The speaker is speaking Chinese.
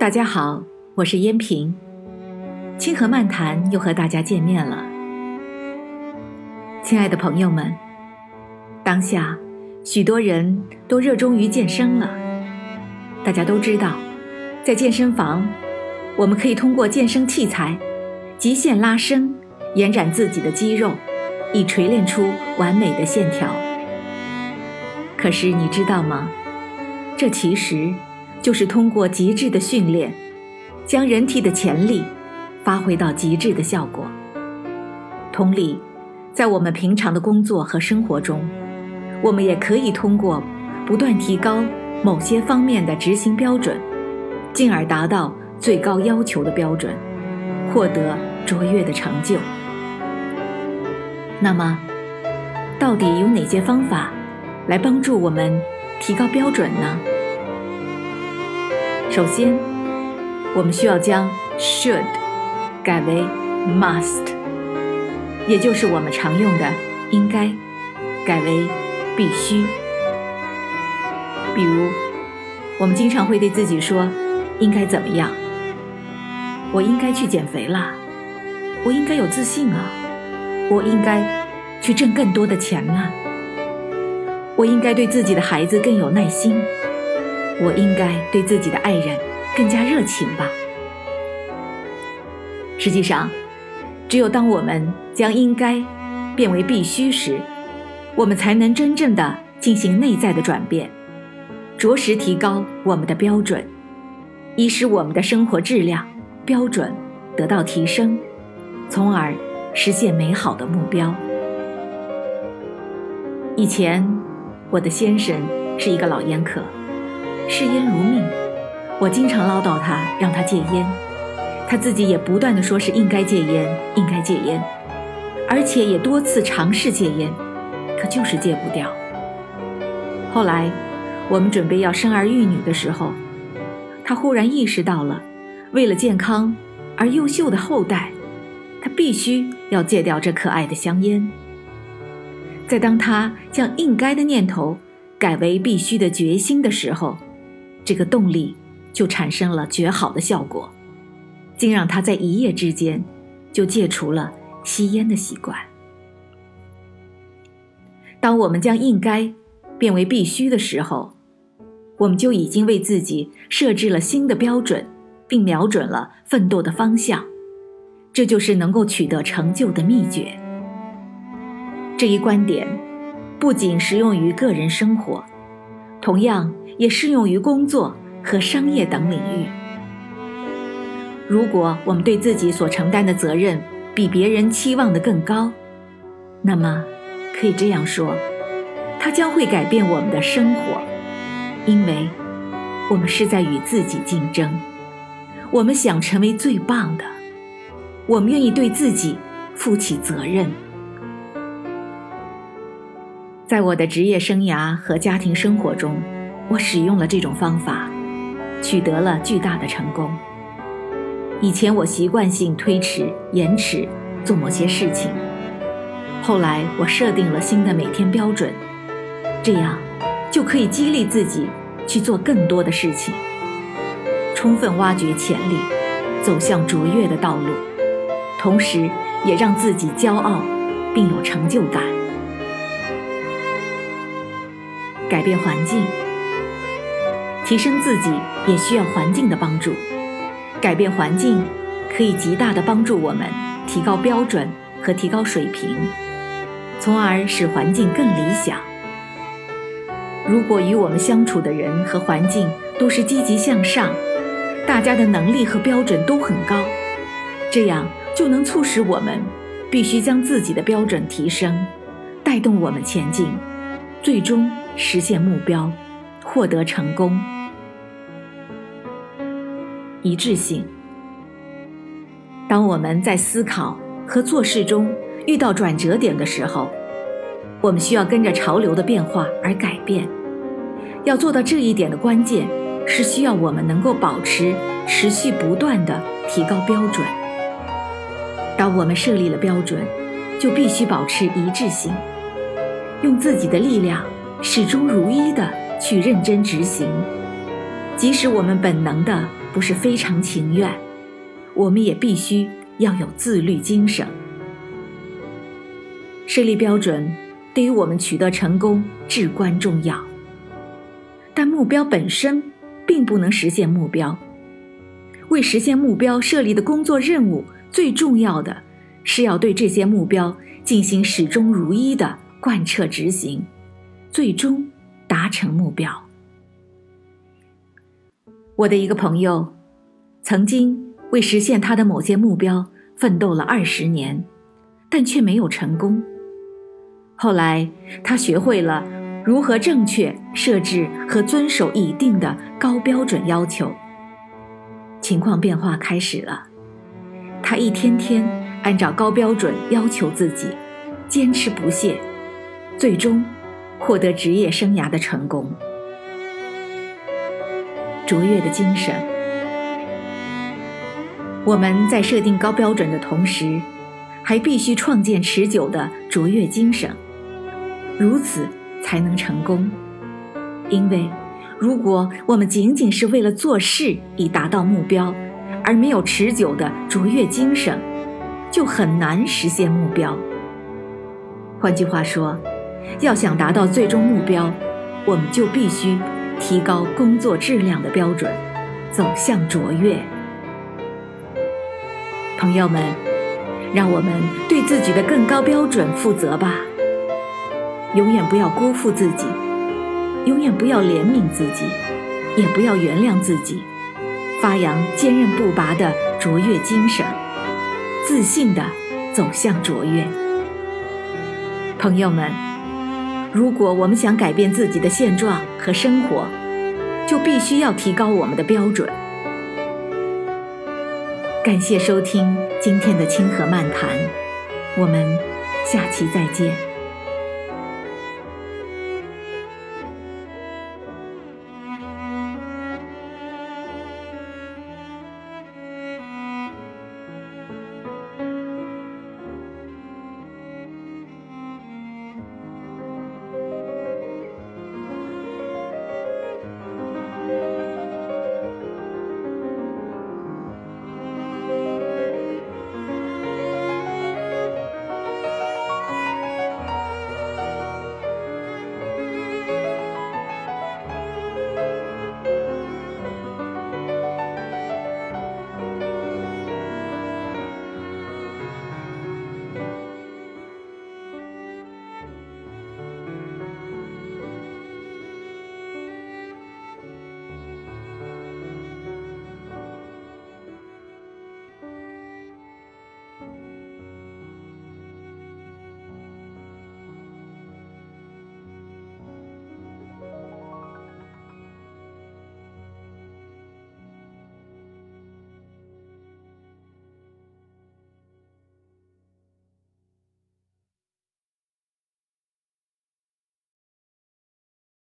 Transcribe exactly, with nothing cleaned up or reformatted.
大家好，我是燕平，清河漫谈又和大家见面了。亲爱的朋友们，当下许多人都热衷于健身了。大家都知道，在健身房，我们可以通过健身器材极限拉伸，延展自己的肌肉，以锤炼出完美的线条。可是你知道吗？这其实就是通过极致的训练，将人体的潜力发挥到极致的效果。同理，在我们平常的工作和生活中，我们也可以通过不断提高某些方面的执行标准，进而达到最高要求的标准，获得卓越的成就。那么，到底有哪些方法来帮助我们提高标准呢？首先，我们需要将 should 改为 must， 也就是我们常用的应该改为必须。比如，我们经常会对自己说应该怎么样，我应该去减肥啦，我应该有自信啊，我应该去挣更多的钱啦，我应该对自己的孩子更有耐心，我应该对自己的爱人更加热情吧。实际上，只有当我们将应该变为必须时，我们才能真正的进行内在的转变，着实提高我们的标准，以使我们的生活质量标准得到提升，从而实现美好的目标。以前我的先生是一个老烟客，嗜烟如命，我经常唠叨他让他戒烟，他自己也不断地说是应该戒烟应该戒烟，而且也多次尝试戒烟，可就是戒不掉。后来我们准备要生儿育女的时候，他忽然意识到了，为了健康而优秀的后代，他必须要戒掉这可爱的香烟。在当他将应该的念头改为必须的决心的时候，这个动力就产生了绝好的效果，竟让他在一夜之间就戒除了吸烟的习惯。当我们将应该变为必须的时候，我们就已经为自己设置了新的标准，并瞄准了奋斗的方向。这就是能够取得成就的秘诀。这一观点不仅适用于个人生活，同样也适用于工作和商业等领域。如果我们对自己所承担的责任比别人期望的更高，那么可以这样说，它将会改变我们的生活，因为我们是在与自己竞争，我们想成为最棒的，我们愿意对自己负起责任。在我的职业生涯和家庭生活中，我使用了这种方法，取得了巨大的成功。以前我习惯性推迟、延迟做某些事情，后来我设定了新的每天标准，这样就可以激励自己去做更多的事情，充分挖掘潜力，走向卓越的道路，同时也让自己骄傲并有成就感。改变环境，提升自己也需要环境的帮助。改变环境可以极大地帮助我们提高标准和提高水平，从而使环境更理想。如果与我们相处的人和环境都是积极向上，大家的能力和标准都很高，这样就能促使我们必须将自己的标准提升，带动我们前进，最终实现目标，获得成功。一致性。当我们在思考和做事中遇到转折点的时候，我们需要跟着潮流的变化而改变。要做到这一点的关键是需要我们能够保持持续不断地提高标准。当我们设立了标准，就必须保持一致性，用自己的力量始终如一地去认真执行，即使我们本能地不是非常情愿，我们也必须要有自律精神。设立标准对于我们取得成功至关重要，但目标本身并不能实现目标。为实现目标设立的工作任务，最重要的是要对这些目标进行始终如一的贯彻执行，最终达成目标。我的一个朋友曾经为实现他的某些目标奋斗了二十年，但却没有成功。后来他学会了如何正确设置和遵守已定的高标准要求。情况变化开始了，他一天天按照高标准要求自己，坚持不懈，最终获得职业生涯的成功。卓越的精神，我们在设定高标准的同时，还必须创建持久的卓越精神，如此才能成功。因为如果我们仅仅是为了做事以达到目标，而没有持久的卓越精神，就很难实现目标。换句话说，要想达到最终目标，我们就必须提高工作质量的标准，走向卓越。朋友们，让我们对自己的更高标准负责吧。永远不要辜负自己，永远不要怜悯自己，也不要原谅自己，发扬坚韧不拔的卓越精神，自信地走向卓越。朋友们，如果我们想改变自己的现状和生活，就必须要提高我们的标准。感谢收听今天的清河漫谈，我们下期再见。